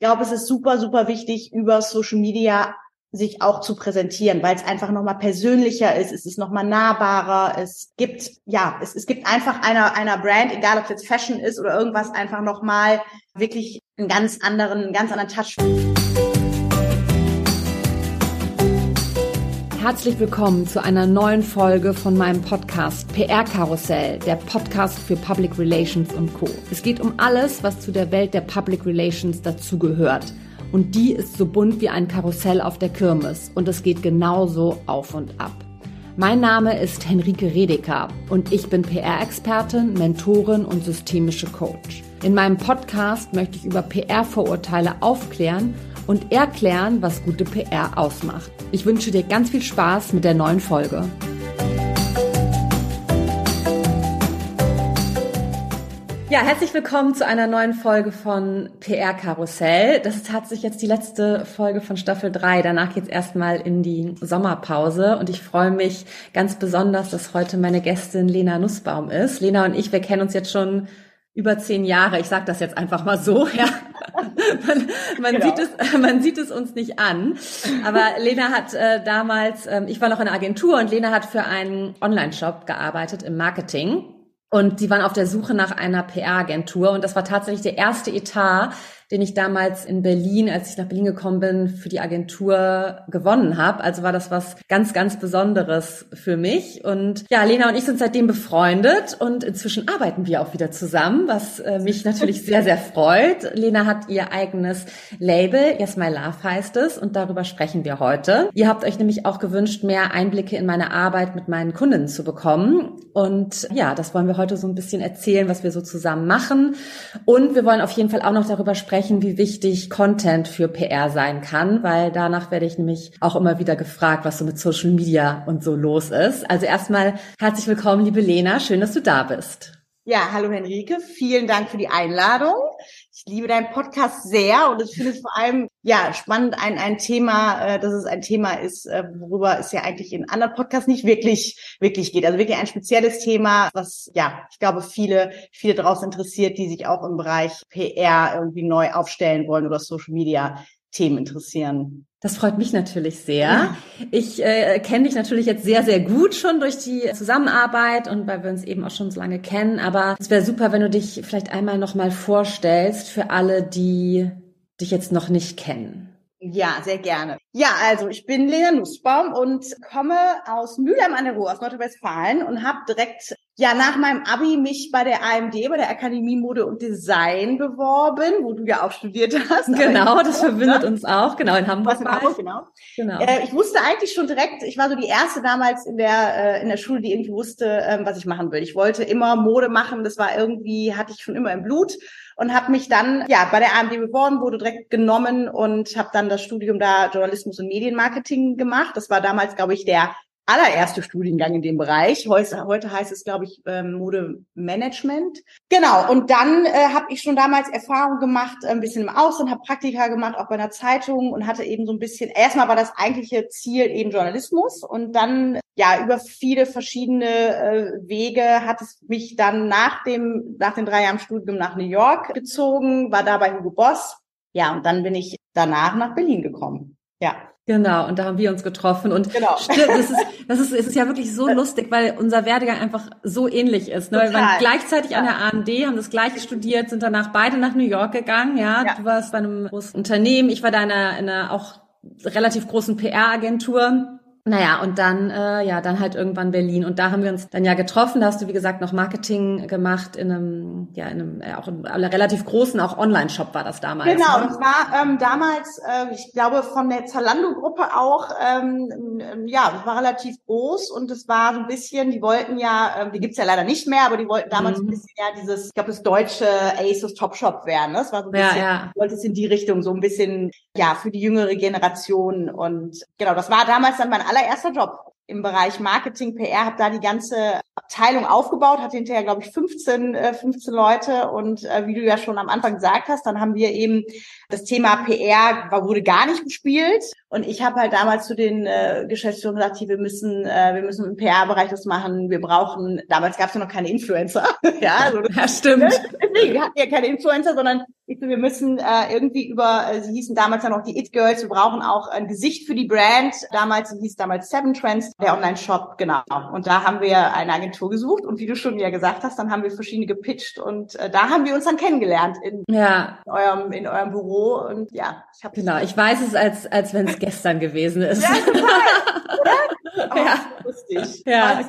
glaube, es ist super, super wichtig, über Social Media sich auch zu präsentieren, weil es einfach nochmal persönlicher ist, es ist nochmal nahbarer, es gibt einfach einer Brand, egal ob es jetzt Fashion ist oder irgendwas, einfach nochmal wirklich einen ganz anderen Touch. Herzlich willkommen zu einer neuen Folge von meinem Podcast PR-Karussell, der Podcast für Public Relations und Co. Es geht um alles, was zu der Welt der Public Relations dazugehört. Und die ist so bunt wie ein Karussell auf der Kirmes. Und es geht genauso auf und ab. Mein Name ist Henrike Redeker und ich bin PR-Expertin, Mentorin und systemische Coach. In meinem Podcast möchte ich über PR-Vorurteile aufklären und erklären, was gute PR ausmacht. Ich wünsche dir ganz viel Spaß mit der neuen Folge. Ja, herzlich willkommen zu einer neuen Folge von PR Karussell. Das ist tatsächlich jetzt die letzte Folge von Staffel 3. Danach geht's erstmal in die Sommerpause und ich freue mich ganz besonders, dass heute meine Gästin Lena Nussbaum ist. Lena und ich, wir kennen uns jetzt schon über 10 Jahre. Ich sage das jetzt einfach mal so, ja. Man sieht es uns nicht an. Aber Lena hat damals, ich war noch in der Agentur und Lena hat für einen Online-Shop gearbeitet im Marketing. Und die waren auf der Suche nach einer PR-Agentur. Und das war tatsächlich der erste Etat, den ich damals in Berlin, als ich nach Berlin gekommen bin, für die Agentur gewonnen habe. Also war das was ganz, ganz Besonderes für mich. Und ja, Lena und ich sind seitdem befreundet und inzwischen arbeiten wir auch wieder zusammen, was mich natürlich sehr, sehr freut. Lena hat ihr eigenes Label, Yes My Love heißt es, und darüber sprechen wir heute. Ihr habt euch nämlich auch gewünscht, mehr Einblicke in meine Arbeit mit meinen Kundinnen zu bekommen. Und ja, das wollen wir heute so ein bisschen erzählen, was wir so zusammen machen. Und wir wollen auf jeden Fall auch noch darüber sprechen, wie wichtig Content für PR sein kann, weil danach werde ich nämlich auch immer wieder gefragt, was so mit Social Media und so los ist. Also erstmal herzlich willkommen, liebe Lena. Schön, dass du da bist. Ja, hallo Henrike. Vielen Dank für die Einladung. Ich liebe deinen Podcast sehr und ich finde es vor allem spannend, ein Thema, dass es ein Thema ist, worüber es ja eigentlich in anderen Podcasts nicht wirklich geht. Also wirklich ein spezielles Thema, was ich glaube viele draußen interessiert, die sich auch im Bereich PR irgendwie neu aufstellen wollen oder Social Media Themen interessieren. Das freut mich natürlich sehr. Ja. Ich kenne dich natürlich jetzt sehr, sehr gut schon durch die Zusammenarbeit und weil wir uns eben auch schon so lange kennen. Aber es wäre super, wenn du dich vielleicht einmal noch mal vorstellst für alle, die dich jetzt noch nicht kennen. Ja, sehr gerne. Ja, also ich bin Lena Nussbaum und komme aus Mülheim an der Ruhr, aus Nordrhein-Westfalen und habe direkt nach meinem Abi mich bei der AMD, bei der Akademie Mode und Design beworben, wo du ja auch studiert hast. Genau, das verbindet uns auch, genau, in Hamburg. Genau. Ich wusste eigentlich schon direkt, ich war so die erste damals in der Schule, die irgendwie wusste, was ich machen will. Ich wollte immer Mode machen, das war irgendwie, hatte ich schon immer im Blut. Und habe mich dann bei der AMD beworben, wurde direkt genommen und habe dann das Studium da Journalismus und Medienmarketing gemacht. Das war damals, glaube ich, der allererste Studiengang in dem Bereich. Heute heißt es, glaube ich, Modemanagement. Genau, und dann habe ich schon damals Erfahrung gemacht, ein bisschen im Ausland, habe Praktika gemacht, auch bei einer Zeitung und hatte eben so ein bisschen, erstmal war das eigentliche Ziel eben Journalismus und dann über viele verschiedene Wege hat es mich dann nach den 3 Jahren Studium nach New York gezogen, war da bei Hugo Boss. Ja, und dann bin ich danach nach Berlin gekommen. Ja. Genau, und da haben wir uns getroffen und genau. Es ist ja wirklich so lustig, weil unser Werdegang einfach so ähnlich ist. Ne? Wir waren gleichzeitig an der AMD, haben das Gleiche studiert, sind danach beide nach New York gegangen. Ja. Du warst bei einem großen Unternehmen, ich war da in einer auch relativ großen PR-Agentur. Naja, und dann dann halt irgendwann Berlin. Und da haben wir uns dann getroffen. Da hast du, wie gesagt, noch Marketing gemacht in einem auch in einem relativ großen, auch Online-Shop war das damals. Genau, das war damals, ich glaube, von der Zalando-Gruppe auch, das war relativ groß und es war so ein bisschen, die wollten die gibt's ja leider nicht mehr, aber die wollten damals ein bisschen dieses, ich glaube, das deutsche ASOS Topshop werden. Das war so ein bisschen, wollte es in die Richtung, so ein bisschen, für die jüngere Generation und genau, das war damals dann mein allererster Job. im Bereich Marketing, PR, habe da die ganze Abteilung aufgebaut, hatte hinterher, glaube ich, 15 Leute und wie du ja schon am Anfang gesagt hast, dann haben wir eben das Thema PR wurde gar nicht gespielt und ich habe halt damals zu den Geschäftsführern gesagt, wir müssen im PR-Bereich das machen, damals gab es ja noch keine Influencer, ja, also ja, stimmt. Deswegen, wir hatten ja keine Influencer, sondern wir müssen irgendwie sie hießen damals ja noch die It Girls, wir brauchen auch ein Gesicht für die Brand, hieß damals Seven Trends, der Online-Shop, genau. Und da haben wir eine Agentur gesucht und wie du schon ja gesagt hast, dann haben wir verschiedene gepitcht und da haben wir uns dann kennengelernt in eurem Büro und ja. Ich weiß es, als wenn es gestern gewesen ist. Ja, total, oder? Oh, ja. Lustig.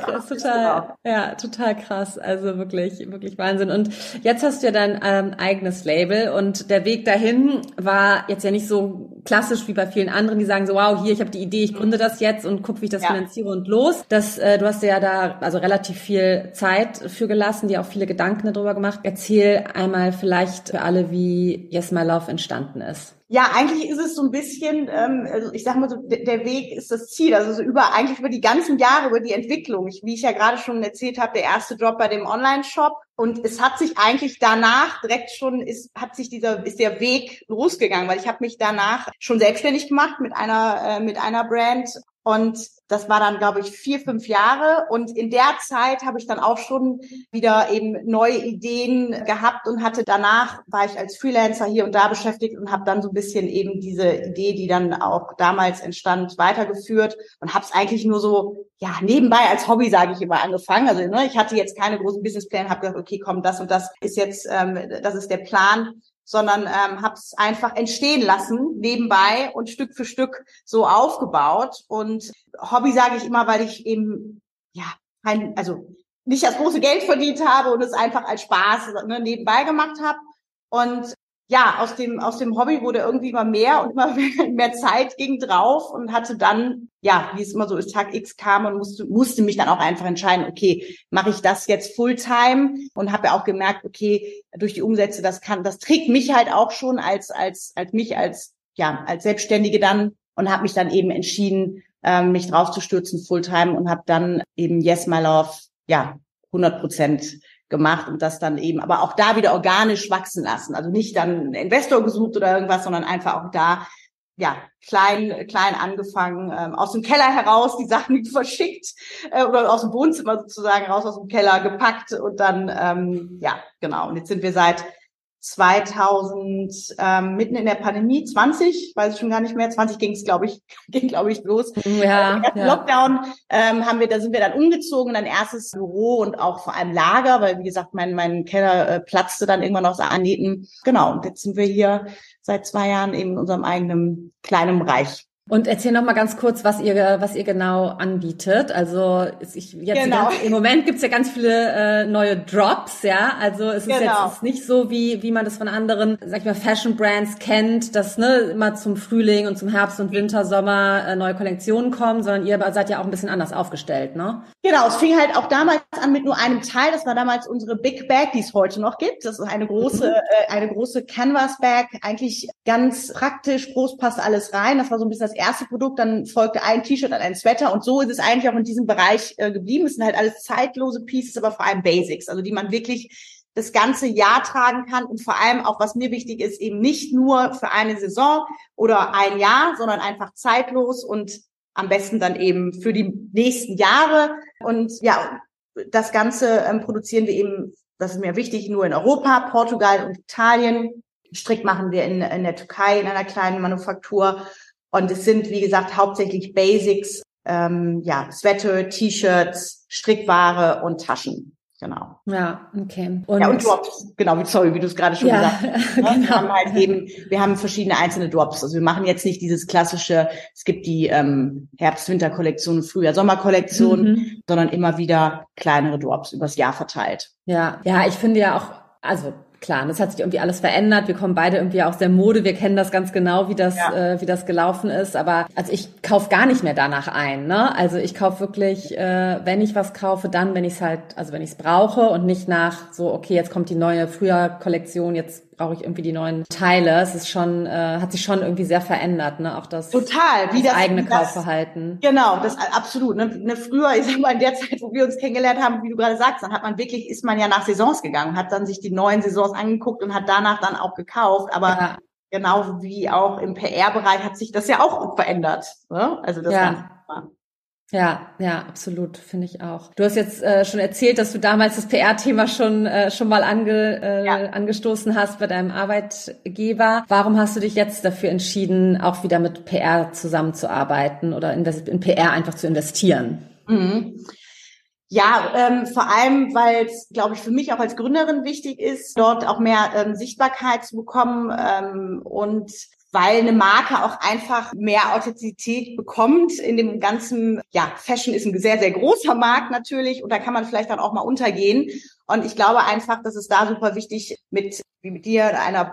Total krass. Also wirklich, wirklich Wahnsinn. Und jetzt hast du ja dein eigenes Label und der Weg dahin war jetzt ja nicht so klassisch wie bei vielen anderen, die sagen so, wow, hier, ich habe die Idee, ich gründe das jetzt und guck, wie ich das finanziere und los. Du hast ja da also relativ viel Zeit für gelassen, dir auch viele Gedanken darüber gemacht. Erzähl einmal vielleicht für alle, wie Yes My Love entstanden ist. Ja, eigentlich ist es so ein bisschen, also ich sag mal so, der Weg ist das Ziel, also so eigentlich über die ganzen Jahre, über die Entwicklung. Wie ich ja gerade schon erzählt habe, der erste Job bei dem Online-Shop und es hat sich eigentlich danach direkt schon, ist der Weg losgegangen, weil ich habe mich danach schon selbstständig gemacht mit einer Brand. Und das war dann, glaube ich, 4, 5 Jahre. Und in der Zeit habe ich dann auch schon wieder eben neue Ideen gehabt und war ich als Freelancer hier und da beschäftigt und habe dann so ein bisschen eben diese Idee, die dann auch damals entstand, weitergeführt und habe es eigentlich nur so, nebenbei als Hobby, sage ich immer, angefangen. Also ich hatte jetzt keine großen Businesspläne, habe gesagt, okay, komm, das und das ist jetzt, das ist der Plan. Sondern habe es einfach entstehen lassen, nebenbei und Stück für Stück so aufgebaut. Und Hobby sage ich immer, weil ich eben nicht das große Geld verdient habe und es einfach als Spaß nebenbei gemacht habe. Und aus dem Hobby wurde irgendwie immer mehr und immer mehr Zeit ging drauf und hatte dann, wie es immer so ist, Tag X kam und musste mich dann auch einfach entscheiden, okay, mache ich das jetzt Fulltime? Und habe ja auch gemerkt, okay, durch die Umsätze, das trägt mich halt auch schon als Selbstständige dann und habe mich dann eben entschieden, mich drauf zu stürzen Fulltime und habe dann eben Yes My Love, 100% gemacht und das dann eben, aber auch da wieder organisch wachsen lassen. Also nicht dann einen Investor gesucht oder irgendwas, sondern einfach auch da, klein angefangen, aus dem Keller heraus die Sachen verschickt oder aus dem Wohnzimmer sozusagen raus aus dem Keller gepackt und dann, genau. Und jetzt sind wir seit 2000, mitten in der Pandemie, 20, weiß ich schon gar nicht mehr, 20 ging, glaube ich, los. Lockdown da sind wir dann umgezogen, ein erstes Büro und auch vor allem Lager, weil wie gesagt, mein Keller platzte dann irgendwann aus Annieten. Genau, und jetzt sind wir hier seit 2 Jahren eben in unserem eigenen kleinen Bereich. Und erzähl noch mal ganz kurz, was ihr genau anbietet. Also im Moment gibt's ja ganz viele neue Drops, ja. Also es ist jetzt nicht so wie man das von anderen, sag ich mal, Fashion Brands kennt, dass immer zum Frühling und zum Herbst und Winter, Sommer neue Kollektionen kommen, sondern ihr seid ja auch ein bisschen anders aufgestellt, ne? Genau, es fing halt auch damals an mit nur einem Teil. Das war damals unsere Big Bag, die es heute noch gibt. Das ist eine große Canvas Bag, eigentlich ganz praktisch, groß passt alles rein. Das war so ein bisschen das erste Produkt, dann folgte ein T-Shirt, dann ein Sweater und so ist es eigentlich auch in diesem Bereich geblieben. Es sind halt alles zeitlose Pieces, aber vor allem Basics, also die man wirklich das ganze Jahr tragen kann und vor allem auch, was mir wichtig ist, eben nicht nur für eine Saison oder ein Jahr, sondern einfach zeitlos und am besten dann eben für die nächsten Jahre. Und das Ganze produzieren wir eben, das ist mir wichtig, nur in Europa, Portugal und Italien. Strick machen wir in der Türkei in einer kleinen Manufaktur. Und es sind, wie gesagt, hauptsächlich Basics, Sweater, T-Shirts, Strickware und Taschen. Genau. Ja, okay. Und Drops, genau, sorry, wie du es gerade schon gesagt hast. Ne? Genau. Wir haben verschiedene einzelne Drops. Also wir machen jetzt nicht dieses klassische, es gibt die Herbst-Winter-Kollektion, Frühjahr-Sommer-Kollektion, sondern immer wieder kleinere Drops übers Jahr verteilt. Ja, ich finde ja auch, also klar, das hat sich irgendwie alles verändert. Wir kommen beide irgendwie aus der Mode. Wir kennen das ganz genau, wie das gelaufen ist. Aber also ich kaufe gar nicht mehr danach ein, ne? Also ich kaufe wirklich, wenn ich was kaufe, dann, wenn ich es brauche und nicht nach so, okay, jetzt kommt die neue Frühjahr-Kollektion, jetzt brauche ich irgendwie die neuen Teile. Es ist schon, hat sich schon irgendwie sehr verändert, ne? Auch Total, das eigene Kaufverhalten. Genau, das absolut. Ne, früher, ich sag mal, in der Zeit, wo wir uns kennengelernt haben, wie du gerade sagst, dann ist man ja nach Saisons gegangen, hat dann sich die neuen Saisons angeguckt und hat danach dann auch gekauft. Aber genau wie auch im PR-Bereich hat sich das ja auch verändert. Ne? Also das Ganze. Ja, absolut, finde ich auch. Du hast jetzt schon erzählt, dass du damals das PR-Thema schon mal angestoßen hast bei deinem Arbeitgeber. Warum hast du dich jetzt dafür entschieden, auch wieder mit PR zusammenzuarbeiten oder in PR einfach zu investieren? Mhm. Ja, vor allem, weil es, glaube ich, für mich auch als Gründerin wichtig ist, dort auch mehr Sichtbarkeit zu bekommen und weil eine Marke auch einfach mehr Authentizität bekommt in dem ganzen, Fashion ist ein sehr, sehr großer Markt natürlich und da kann man vielleicht dann auch mal untergehen. Und ich glaube einfach, dass es da super wichtig wie mit dir, einer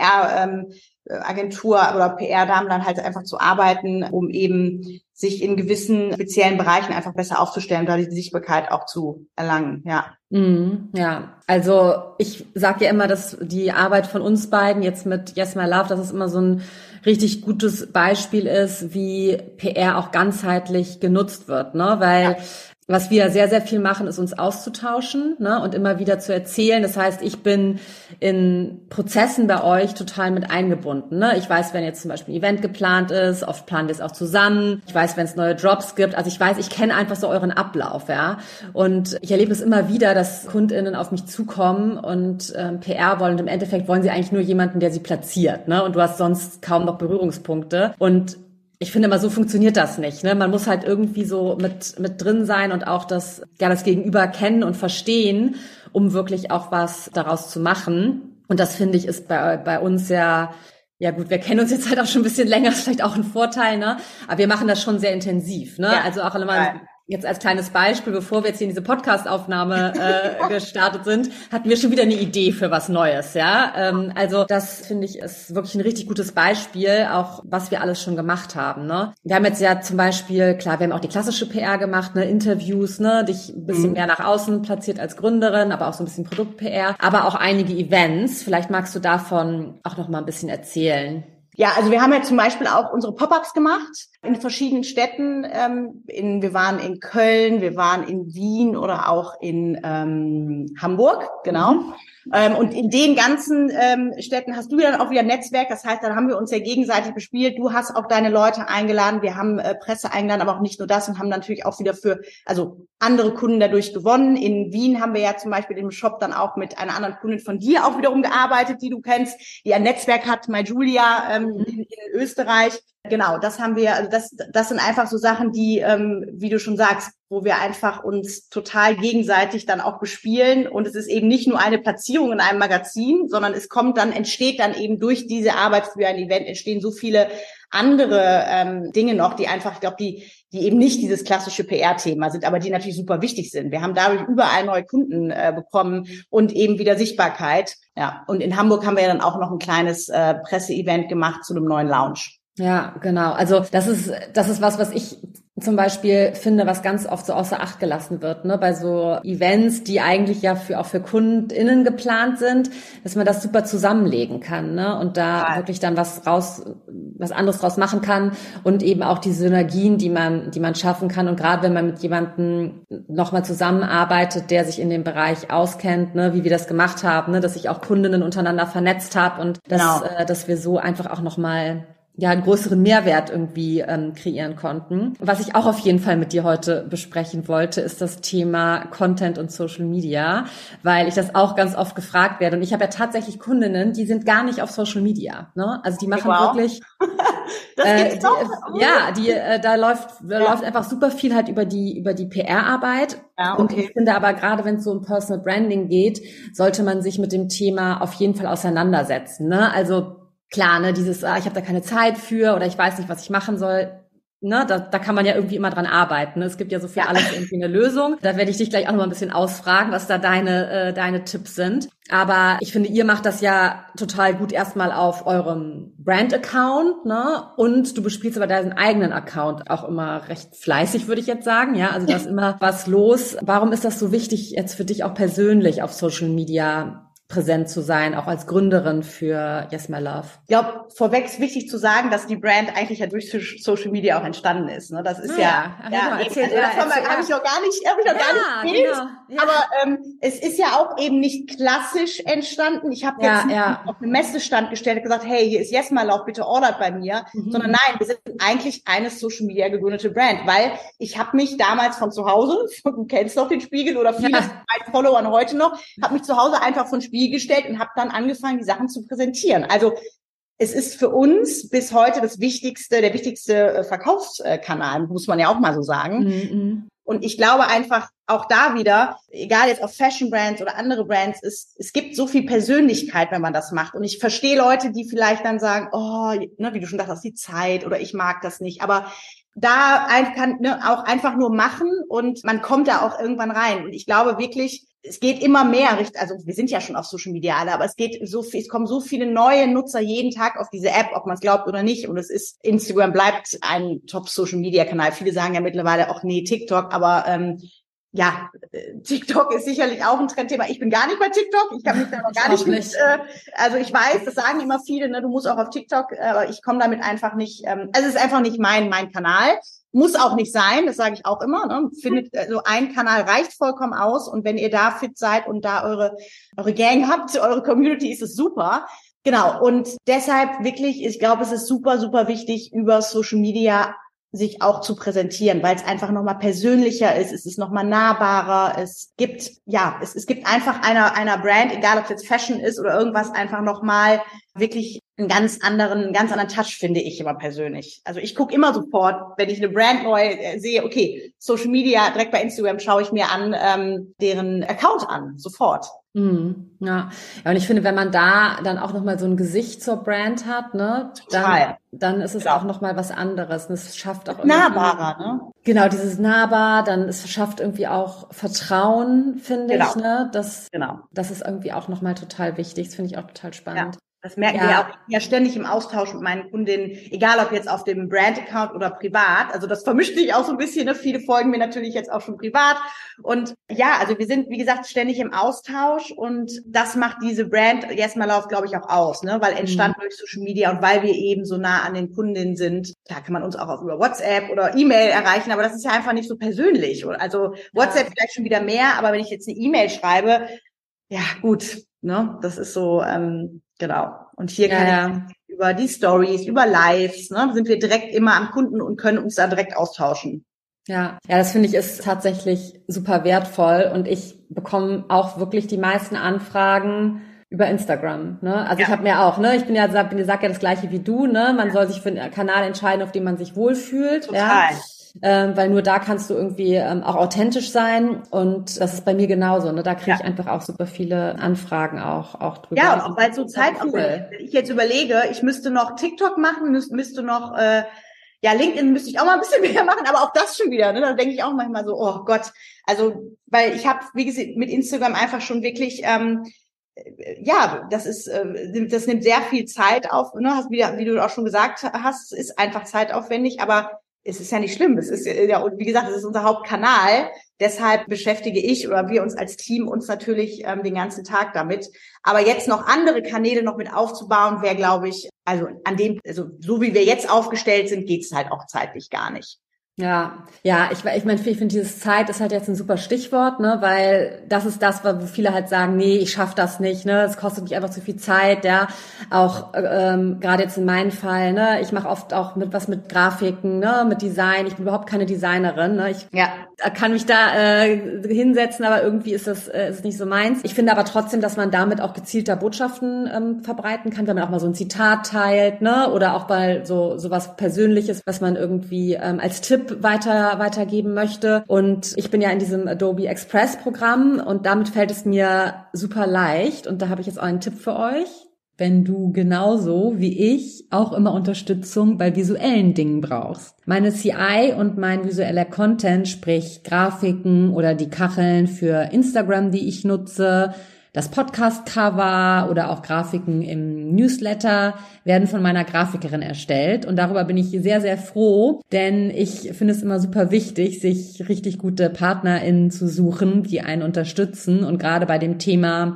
PR-Agentur oder PR-Damen dann halt einfach zu arbeiten, um eben sich in gewissen speziellen Bereichen einfach besser aufzustellen und da die Sichtbarkeit auch zu erlangen, ja. Ja, also ich sage ja immer, dass die Arbeit von uns beiden jetzt mit Yes My Love, dass es immer so ein richtig gutes Beispiel ist, wie PR auch ganzheitlich genutzt wird, ne? Weil was wir sehr, sehr viel machen, ist uns auszutauschen, ne, und immer wieder zu erzählen. Das heißt, ich bin in Prozessen bei euch total mit eingebunden, ne. Ich weiß, wenn jetzt zum Beispiel ein Event geplant ist, oft planen wir es auch zusammen. Ich weiß, wenn es neue Drops gibt. Also ich weiß, ich kenne einfach so euren Ablauf, ja. Und ich erlebe es immer wieder, dass KundInnen auf mich zukommen und PR wollen. Und im Endeffekt wollen sie eigentlich nur jemanden, der sie platziert, ne. Und du hast sonst kaum noch Berührungspunkte. Und ich finde immer, so funktioniert das nicht, ne? Man muss halt irgendwie so mit drin sein und auch das Gegenüber kennen und verstehen, um wirklich auch was daraus zu machen. Und das finde ich ist bei uns ja gut, wir kennen uns jetzt halt auch schon ein bisschen länger, ist vielleicht auch ein Vorteil, ne? Aber wir machen das schon sehr intensiv, ne? Ja. Also auch immer jetzt als kleines Beispiel, bevor wir jetzt hier in diese Podcast-Aufnahme gestartet sind, hatten wir schon wieder eine Idee für was Neues, ja. Also das finde ich ist wirklich ein richtig gutes Beispiel, auch was wir alles schon gemacht haben, ne. Wir haben jetzt ja zum Beispiel, klar, wir haben auch die klassische PR gemacht, ne, Interviews, ne, dich ein bisschen mehr nach außen platziert als Gründerin, aber auch so ein bisschen Produkt-PR, aber auch einige Events. Vielleicht magst du davon auch noch mal ein bisschen erzählen. Ja, also wir haben ja zum Beispiel auch unsere Pop-ups gemacht in verschiedenen Städten. Wir waren in Köln, wir waren in Wien oder auch in Hamburg, genau. Und in den ganzen Städten hast du ja dann auch wieder ein Netzwerk. Das heißt, dann haben wir uns ja gegenseitig bespielt. Du hast auch deine Leute eingeladen. Wir haben Presse eingeladen, aber auch nicht nur das und haben natürlich auch wieder andere Kunden dadurch gewonnen. In Wien haben wir ja zum Beispiel im Shop dann auch mit einer anderen Kundin von dir auch wiederum gearbeitet, die du kennst, die ein Netzwerk hat, My Julia in Österreich. Genau, das haben wir, also das sind einfach so Sachen, die, wie du schon sagst, wo wir einfach uns total gegenseitig dann auch bespielen. Und es ist eben nicht nur eine Platzierung in einem Magazin, sondern entsteht dann eben durch diese Arbeit für ein Event, entstehen so viele andere Dinge noch, die einfach, ich glaube, die eben nicht dieses klassische PR-Thema sind, aber die natürlich super wichtig sind. Wir haben dadurch überall neue Kunden bekommen und eben wieder Sichtbarkeit. Ja, und in Hamburg haben wir ja dann auch noch ein kleines Presseevent gemacht zu einem neuen Lounge. Ja, genau. Also das ist was ich zum Beispiel finde, was ganz oft so außer Acht gelassen wird, ne, bei so Events, die eigentlich ja auch für KundInnen geplant sind, dass man das super zusammenlegen kann, ne, und da wirklich dann was anderes draus machen kann und eben auch die Synergien, die man schaffen kann. Und gerade wenn man mit jemandem nochmal zusammenarbeitet, der sich in dem Bereich auskennt, ne, wie wir das gemacht haben, ne, dass ich auch Kundinnen untereinander vernetzt habe und dass wir so einfach auch nochmal einen größeren Mehrwert irgendwie kreieren konnten. Was ich auch auf jeden Fall mit dir heute besprechen wollte, ist das Thema Content und Social Media, weil ich das auch ganz oft gefragt werde. Und ich habe ja tatsächlich Kundinnen, die sind gar nicht auf Social Media, ne? Also die machen wirklich das gibt's doch. Da läuft einfach super viel halt über die PR-Arbeit. Ja, okay. Und ich finde aber gerade, wenn es so um Personal Branding geht, sollte man sich mit dem Thema auf jeden Fall auseinandersetzen, ne? Also klar, ne, ich habe da keine Zeit für oder ich weiß nicht, was ich machen soll. Ne, da kann man ja irgendwie immer dran arbeiten. Es gibt ja so für alles irgendwie eine Lösung. Da werde ich dich gleich auch noch mal ein bisschen ausfragen, was da deine Tipps sind. Aber ich finde, ihr macht das ja total gut erstmal auf eurem Brand-Account, ne? Und du bespielst aber deinen eigenen Account auch immer recht fleißig, würde ich jetzt sagen. Ja, also da ist immer was los. Warum ist das so wichtig, jetzt für dich auch persönlich auf Social Media präsent zu sein, auch als Gründerin für Yes My Love? Ich glaube, vorweg ist wichtig zu sagen, dass die Brand eigentlich ja durch Social Media auch entstanden ist. Ne? Das ist das habe ich noch gar nicht erzählt. Genau. Ja. Aber es ist ja auch eben nicht klassisch entstanden. Ich habe jetzt nicht auf einen Messestand gestellt und gesagt, hey, hier ist Yes My Love, bitte ordert bei mir. Sondern nein, wir sind eigentlich eine Social Media gegründete Brand, weil ich habe mich damals von zu Hause, du kennst doch den Spiegel oder viele von meinen Followern heute noch, habe mich zu Hause einfach von Spiegel gestellt und habe dann angefangen, die Sachen zu präsentieren. Also es ist für uns bis heute der wichtigste Verkaufskanal, muss man ja auch mal so sagen. Mhm. Und ich glaube einfach auch da wieder, egal jetzt auf Fashion Brands oder andere Brands, es gibt so viel Persönlichkeit, wenn man das macht. Und ich verstehe Leute, die vielleicht dann sagen, oh, ne, wie du schon dachtest, die Zeit oder ich mag das nicht. Aber da kann auch einfach nur machen und man kommt da auch irgendwann rein. Und ich glaube wirklich, es geht immer mehr, also wir sind ja schon auf Social Media alle, aber es kommen so viele neue Nutzer jeden Tag auf diese App, ob man es glaubt oder nicht. Und Instagram bleibt ein Top-Social-Media-Kanal. Viele sagen ja mittlerweile auch, nee, TikTok, aber TikTok ist sicherlich auch ein Trendthema. Ich bin gar nicht bei TikTok. Ich kann mich da noch gar nicht. Also ich weiß, das sagen immer viele, ne, du musst auch auf TikTok, aber ich komme damit einfach nicht. Es ist einfach nicht mein Kanal. Muss auch nicht sein, das sage ich auch immer. Ne? Also ein Kanal reicht vollkommen aus. Und wenn ihr da fit seid und da eure Gang habt, eure Community, ist es super. Genau. Und deshalb wirklich, ich glaube, es ist super, super wichtig, über Social Media sich auch zu präsentieren, weil es einfach nochmal persönlicher ist, es ist nochmal nahbarer, es gibt einfach einer Brand, egal ob es jetzt Fashion ist oder irgendwas, einfach nochmal wirklich einen ganz anderen Touch, finde ich immer persönlich. Also ich gucke immer sofort, wenn ich eine Brand neu sehe, okay, Social Media, direkt bei Instagram schaue ich mir an, deren Account an, sofort. Ja, und ich finde, wenn man da dann auch nochmal so ein Gesicht zur Brand hat, ne, dann ist es auch nochmal was anderes. Und es schafft auch nahbarer, ne? Genau, dieses nahbar, dann es schafft irgendwie auch Vertrauen, finde ich, ne? Das ist irgendwie auch nochmal total wichtig. Das finde ich auch total spannend. Ja. Das merken wir auch ja ständig im Austausch mit meinen Kundinnen, egal ob jetzt auf dem Brand-Account oder privat. Also das vermischt sich auch so ein bisschen. Ne? Viele folgen mir natürlich jetzt auch schon privat. Und ja, also wir sind, wie gesagt, ständig im Austausch. Und das macht diese Brand Yes My Love, glaube ich, auch aus. Ne? Weil entstanden durch Social Media und weil wir eben so nah an den Kundinnen sind. Klar kann man uns auch über WhatsApp oder E-Mail erreichen, aber das ist ja einfach nicht so persönlich. Also WhatsApp vielleicht schon wieder mehr, aber wenn ich jetzt eine E-Mail schreibe, ja gut, ne, das ist so, genau. Und hier kann ich über die Stories, über Lives, ne, sind wir direkt immer am Kunden und können uns da direkt austauschen. Ja, das finde ich ist tatsächlich super wertvoll und ich bekomme auch wirklich die meisten Anfragen über Instagram, ne? Also ich habe mir auch, ne, ich sag ja das Gleiche wie du, ne? Man soll sich für einen Kanal entscheiden, auf dem man sich wohlfühlt. Total. Ja? Weil nur da kannst du irgendwie auch authentisch sein und das ist bei mir genauso, ne? Da kriege ich einfach auch super viele Anfragen auch drüber. Ja, und auch weil so Zeit, wenn ich jetzt überlege, ich müsste noch TikTok machen, müsste noch, LinkedIn müsste ich auch mal ein bisschen mehr machen, aber auch das schon wieder, ne? Da denke ich auch manchmal so, oh Gott, also, weil ich habe, wie gesagt, mit Instagram einfach schon wirklich, das nimmt sehr viel Zeit auf, ne? Wie du auch schon gesagt hast, ist einfach zeitaufwendig, aber es ist ja nicht schlimm. Es ist ja, und wie gesagt, es ist unser Hauptkanal. Deshalb beschäftige ich oder wir uns als Team uns natürlich den ganzen Tag damit. Aber jetzt noch andere Kanäle noch mit aufzubauen, wäre, glaube ich, also so wie wir jetzt aufgestellt sind, geht es halt auch zeitlich gar nicht. Ja, ich meine, ich finde, dieses Zeit ist halt jetzt ein super Stichwort, ne, weil das ist das, wo viele halt sagen, nee, ich schaff das nicht, ne, es kostet mich einfach zu viel Zeit, ja, auch gerade jetzt in meinem Fall, ne, ich mache oft auch mit Grafiken, ne, mit Design, ich bin überhaupt keine Designerin, ne, ich kann mich da hinsetzen, aber irgendwie ist es nicht so meins. Ich finde aber trotzdem, dass man damit auch gezielter Botschaften verbreiten kann, wenn man auch mal so ein Zitat teilt, ne, oder auch mal so was Persönliches, was man irgendwie als Tipp weitergeben möchte. Und ich bin ja in diesem Adobe Express Programm und damit fällt es mir super leicht. Und da habe ich jetzt auch einen Tipp für euch. Wenn du genauso wie ich auch immer Unterstützung bei visuellen Dingen brauchst. Meine CI und mein visueller Content, sprich Grafiken oder die Kacheln für Instagram, die ich nutze, das Podcast-Cover oder auch Grafiken im Newsletter werden von meiner Grafikerin erstellt. Und darüber bin ich sehr, sehr froh, denn ich finde es immer super wichtig, sich richtig gute PartnerInnen zu suchen, die einen unterstützen. Und gerade bei dem Thema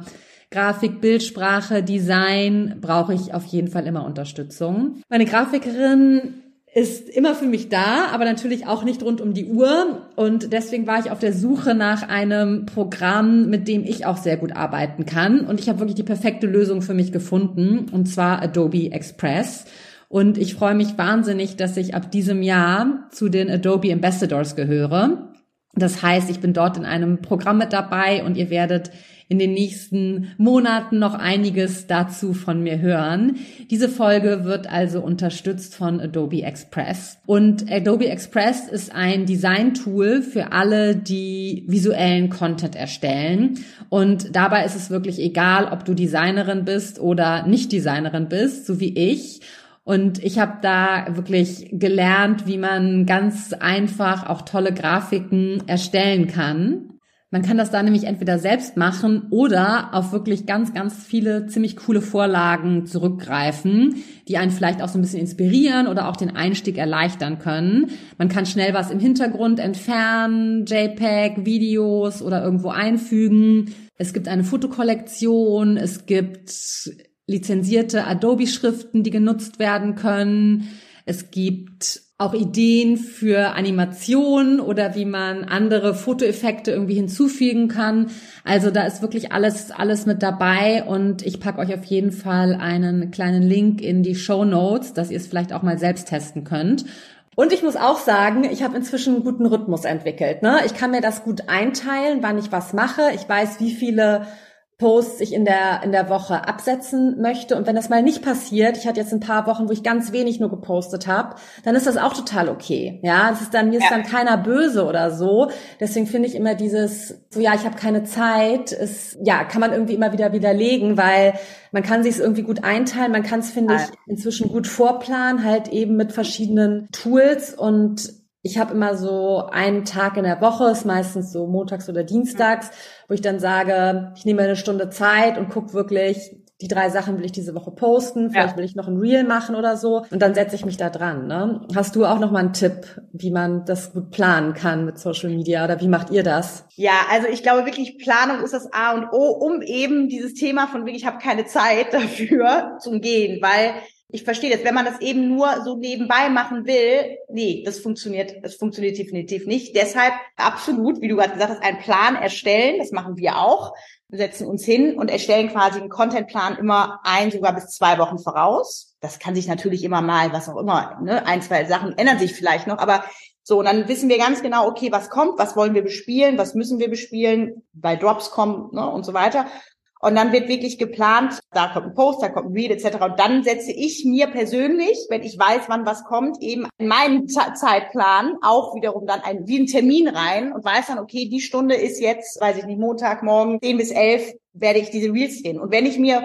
Grafik, Bildsprache, Design brauche ich auf jeden Fall immer Unterstützung. Meine Grafikerin ist immer für mich da, aber natürlich auch nicht rund um die Uhr. Und deswegen war ich auf der Suche nach einem Programm, mit dem ich auch sehr gut arbeiten kann. Und ich habe wirklich die perfekte Lösung für mich gefunden, und zwar Adobe Express. Und ich freue mich wahnsinnig, dass ich ab diesem Jahr zu den Adobe Ambassadors gehöre. Das heißt, ich bin dort in einem Programm mit dabei und ihr werdet in den nächsten Monaten noch einiges dazu von mir hören. Diese Folge wird also unterstützt von Adobe Express. Und Adobe Express ist ein Design-Tool für alle, die visuellen Content erstellen. Und dabei ist es wirklich egal, ob du Designerin bist oder nicht Designerin bist, so wie ich. Und ich habe da wirklich gelernt, wie man ganz einfach auch tolle Grafiken erstellen kann. Man kann das da nämlich entweder selbst machen oder auf wirklich ganz, ganz viele ziemlich coole Vorlagen zurückgreifen, die einen vielleicht auch so ein bisschen inspirieren oder auch den Einstieg erleichtern können. Man kann schnell was im Hintergrund entfernen, JPEG, Videos oder irgendwo einfügen. Es gibt eine Fotokollektion, es gibt lizenzierte Adobe-Schriften, die genutzt werden können. Es gibt auch Ideen für Animationen oder wie man andere Fotoeffekte irgendwie hinzufügen kann. Also da ist wirklich alles mit dabei und ich packe euch auf jeden Fall einen kleinen Link in die Shownotes, dass ihr es vielleicht auch mal selbst testen könnt. Und ich muss auch sagen, ich habe inzwischen einen guten Rhythmus entwickelt, ne? Ich kann mir das gut einteilen, wann ich was mache. Ich weiß, wie viele Posts ich in der Woche absetzen möchte. Und wenn das mal nicht passiert, ich hatte jetzt ein paar Wochen, wo ich ganz wenig nur gepostet habe, dann ist das auch total okay. Ja, das ist dann, mir ist dann keiner böse oder so. Deswegen finde ich immer dieses, so ja, ich habe keine Zeit, ist, ja, kann man irgendwie immer wieder widerlegen, weil man kann sich es irgendwie gut einteilen. Man kann es, finde ich, inzwischen gut vorplanen, halt eben mit verschiedenen Tools. Und ich habe immer so einen Tag in der Woche, ist meistens so montags oder dienstags, wo ich dann sage, ich nehme eine Stunde Zeit und gucke wirklich, die 3 Sachen will ich diese Woche posten, vielleicht will ich noch ein Reel machen oder so und dann setze ich mich da dran. Ne? Hast du auch noch mal einen Tipp, wie man das gut planen kann mit Social Media oder wie macht ihr das? Ja, also ich glaube wirklich, Planung ist das A und O, um eben dieses Thema von wirklich, ich habe keine Zeit dafür zu umgehen, weil ich verstehe das, wenn man das eben nur so nebenbei machen will, nee, das funktioniert definitiv nicht. Deshalb absolut, wie du gerade gesagt hast, einen Plan erstellen, das machen wir auch. Wir setzen uns hin und erstellen quasi einen Contentplan immer sogar bis 2 Wochen voraus. Das kann sich natürlich immer mal, was auch immer, ne, 1, 2 Sachen ändern sich vielleicht noch, aber so, und dann wissen wir ganz genau, okay, was kommt, was wollen wir bespielen, was müssen wir bespielen, bei Drops kommen, ne, und so weiter. Und dann wird wirklich geplant, da kommt ein Post, da kommt ein Reel etc. Und dann setze ich mir persönlich, wenn ich weiß, wann was kommt, eben in meinen Zeitplan auch wiederum dann wie einen Termin rein und weiß dann, okay, die Stunde ist jetzt, weiß ich nicht, Montagmorgen 10 bis 11 werde ich diese Reels drehen. Und wenn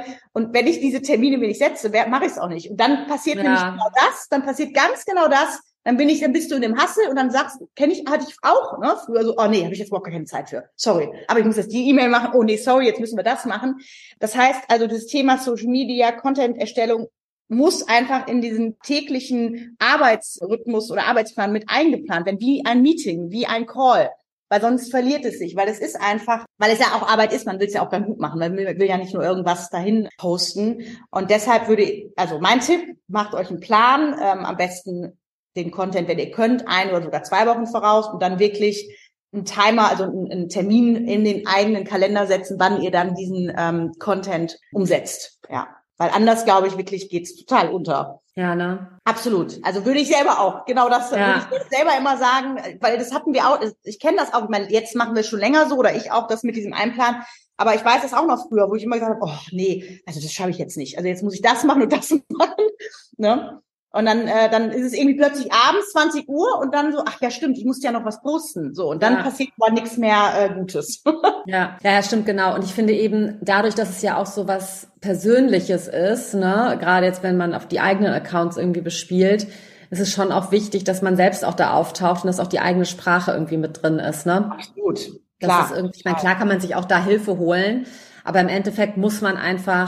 ich diese Termine mir nicht setze, mache ich es auch nicht. Und dann passiert nämlich genau das, dann passiert ganz genau das. Dann bist du in dem Hassel und dann hatte ich auch, ne, früher so, oh nee, habe ich jetzt überhaupt keine Zeit für. Sorry. Aber ich muss jetzt die E-Mail machen. Oh nee, sorry, jetzt müssen wir das machen. Das heißt also, das Thema Social Media, Content-Erstellung muss einfach in diesen täglichen Arbeitsrhythmus oder Arbeitsplan mit eingeplant werden, wie ein Meeting, wie ein Call. Weil sonst verliert es sich, weil es ist einfach, weil es ja auch Arbeit ist, man will es ja auch ganz gut machen, man will ja nicht nur irgendwas dahin posten. Und deshalb mein Tipp, macht euch einen Plan, am besten den Content, wenn ihr könnt, 1 oder sogar 2 Wochen voraus und dann wirklich einen Timer, also einen Termin in den eigenen Kalender setzen, wann ihr dann diesen Content umsetzt. Ja, weil anders, glaube ich, wirklich geht's total unter. Ja, ne? Absolut. Also würde ich selber auch, genau das würde ich selber immer sagen, weil das hatten wir auch, ich kenne das auch, ich meine, jetzt machen wir es schon länger so oder ich auch das mit diesem Einplan, aber ich weiß das auch noch früher, wo ich immer gesagt habe, oh nee, also das schaffe ich jetzt nicht, also jetzt muss ich das machen und das machen, ne? Und dann ist es irgendwie plötzlich abends 20 Uhr und dann so, ach ja, stimmt, ich musste ja noch was posten. So, und dann passiert aber nichts mehr Gutes. Ja, stimmt, genau. Und ich finde eben, dadurch, dass es ja auch so was Persönliches ist, ne, gerade jetzt, wenn man auf die eigenen Accounts irgendwie bespielt, ist es schon auch wichtig, dass man selbst auch da auftaucht und dass auch die eigene Sprache irgendwie mit drin ist, ne? Absolut. Das ist irgendwie, ich meine, klar kann man sich auch da Hilfe holen, aber im Endeffekt muss man einfach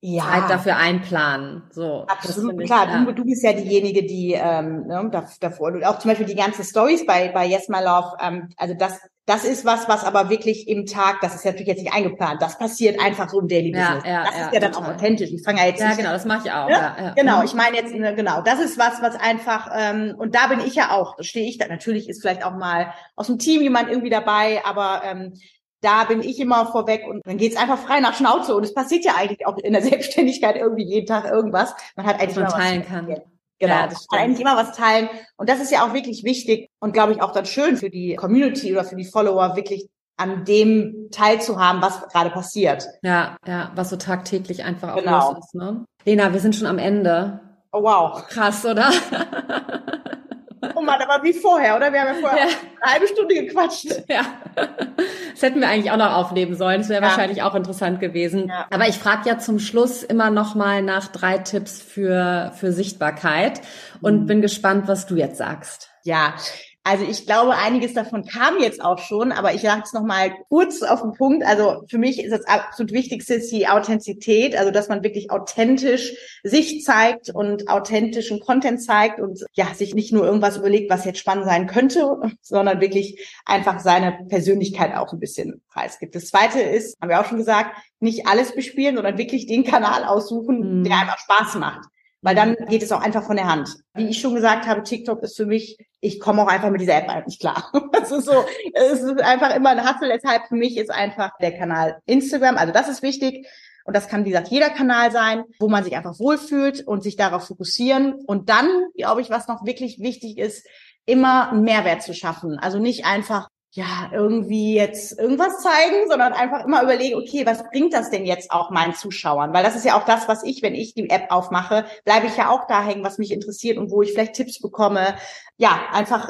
Zeit dafür einplanen. So. Absolut, klar. Du bist ja diejenige, die davor, auch zum Beispiel die ganzen Stories bei Yes My Love, also das ist was aber wirklich im Tag, das ist ja natürlich jetzt nicht eingeplant, das passiert einfach so im Daily Business. Das ist ja dann auch authentisch. Ich fange ja jetzt nicht, genau, das mache ich auch. Ne? Ja. Genau, ich meine jetzt, genau, das ist was einfach, und da bin ich ja auch, da stehe ich da, natürlich ist vielleicht auch mal aus dem Team jemand irgendwie dabei, aber da bin ich immer vorweg und dann geht's einfach frei nach Schnauze und es passiert ja eigentlich auch in der Selbstständigkeit irgendwie jeden Tag irgendwas. Man hat eigentlich was man teilen kann. Genau, man kann eigentlich immer was teilen und das ist ja auch wirklich wichtig und glaube ich auch dann schön für die Community oder für die Follower wirklich an dem teilzuhaben, was gerade passiert. Ja, was so tagtäglich einfach auch los ist. Ne? Lena, wir sind schon am Ende. Oh wow. Krass, oder? Oh Mann, aber wie vorher, oder? Wir haben ja vorher eine halbe Stunde gequatscht. Ja, das hätten wir eigentlich auch noch aufnehmen sollen. Das wäre wahrscheinlich auch interessant gewesen. Ja. Aber ich frage ja zum Schluss immer noch mal nach 3 Tipps für Sichtbarkeit und bin gespannt, was du jetzt sagst. Ja, also ich glaube, einiges davon kam jetzt auch schon, aber ich sage es nochmal kurz auf den Punkt. Also für mich ist das absolut Wichtigste die Authentizität, also dass man wirklich authentisch sich zeigt und authentischen Content zeigt und sich nicht nur irgendwas überlegt, was jetzt spannend sein könnte, sondern wirklich einfach seine Persönlichkeit auch ein bisschen preisgibt. Das Zweite ist, haben wir auch schon gesagt, nicht alles bespielen, sondern wirklich den Kanal aussuchen, der einfach Spaß macht. Weil dann geht es auch einfach von der Hand. Wie ich schon gesagt habe, TikTok ist für mich, ich komme auch einfach mit dieser App einfach nicht klar. Das ist so, es ist einfach immer ein Hustle. Deshalb für mich ist einfach der Kanal Instagram, also das ist wichtig. Und das kann, wie gesagt, jeder Kanal sein, wo man sich einfach wohlfühlt und sich darauf fokussieren. Und dann, glaube ich, was noch wirklich wichtig ist, immer einen Mehrwert zu schaffen. Also nicht einfach irgendwie jetzt irgendwas zeigen, sondern einfach immer überlegen, okay, was bringt das denn jetzt auch meinen Zuschauern? Weil das ist ja auch das, was wenn ich die App aufmache, bleibe ich ja auch da hängen, was mich interessiert und wo ich vielleicht Tipps bekomme. Ja, einfach,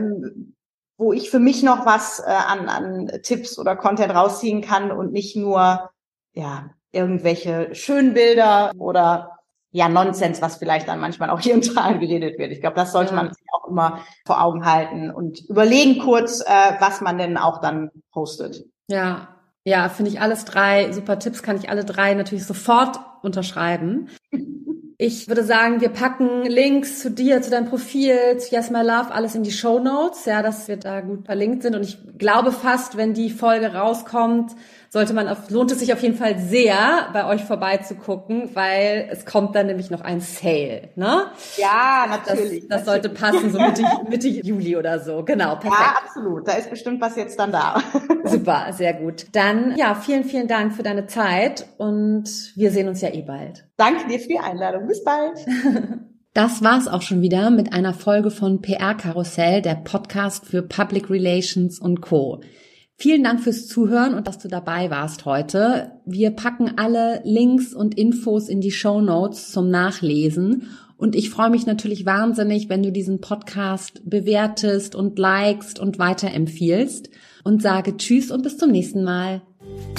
wo ich für mich noch was an Tipps oder Content rausziehen kann und nicht nur, irgendwelche schönen Bilder oder Nonsens, was vielleicht dann manchmal auch hier und da geredet wird. Ich glaube, das sollte man sich auch immer vor Augen halten und überlegen kurz, was man denn auch dann postet. Ja, finde ich alles 3 super Tipps, kann ich alle 3 natürlich sofort unterschreiben. Ich würde sagen, wir packen Links zu dir, zu deinem Profil, zu Yes My Love, alles in die Shownotes, dass wir da gut verlinkt sind. Und ich glaube fast, wenn die Folge rauskommt, lohnt es sich auf jeden Fall sehr, bei euch vorbeizugucken, weil es kommt dann nämlich noch ein Sale, ne? Ja, natürlich. Das sollte passen, so Mitte Juli oder so. Genau, perfekt. Ja, absolut. Da ist bestimmt was jetzt dann da. Super, sehr gut. Dann, vielen, vielen Dank für deine Zeit und wir sehen uns ja bald. Danke dir für die Einladung. Bis bald. Das war's auch schon wieder mit einer Folge von PR Karussell, der Podcast für Public Relations und Co. Vielen Dank fürs Zuhören und dass du dabei warst heute. Wir packen alle Links und Infos in die Shownotes zum Nachlesen. Und ich freue mich natürlich wahnsinnig, wenn du diesen Podcast bewertest und likest und weiterempfiehlst. Und sage Tschüss und bis zum nächsten Mal.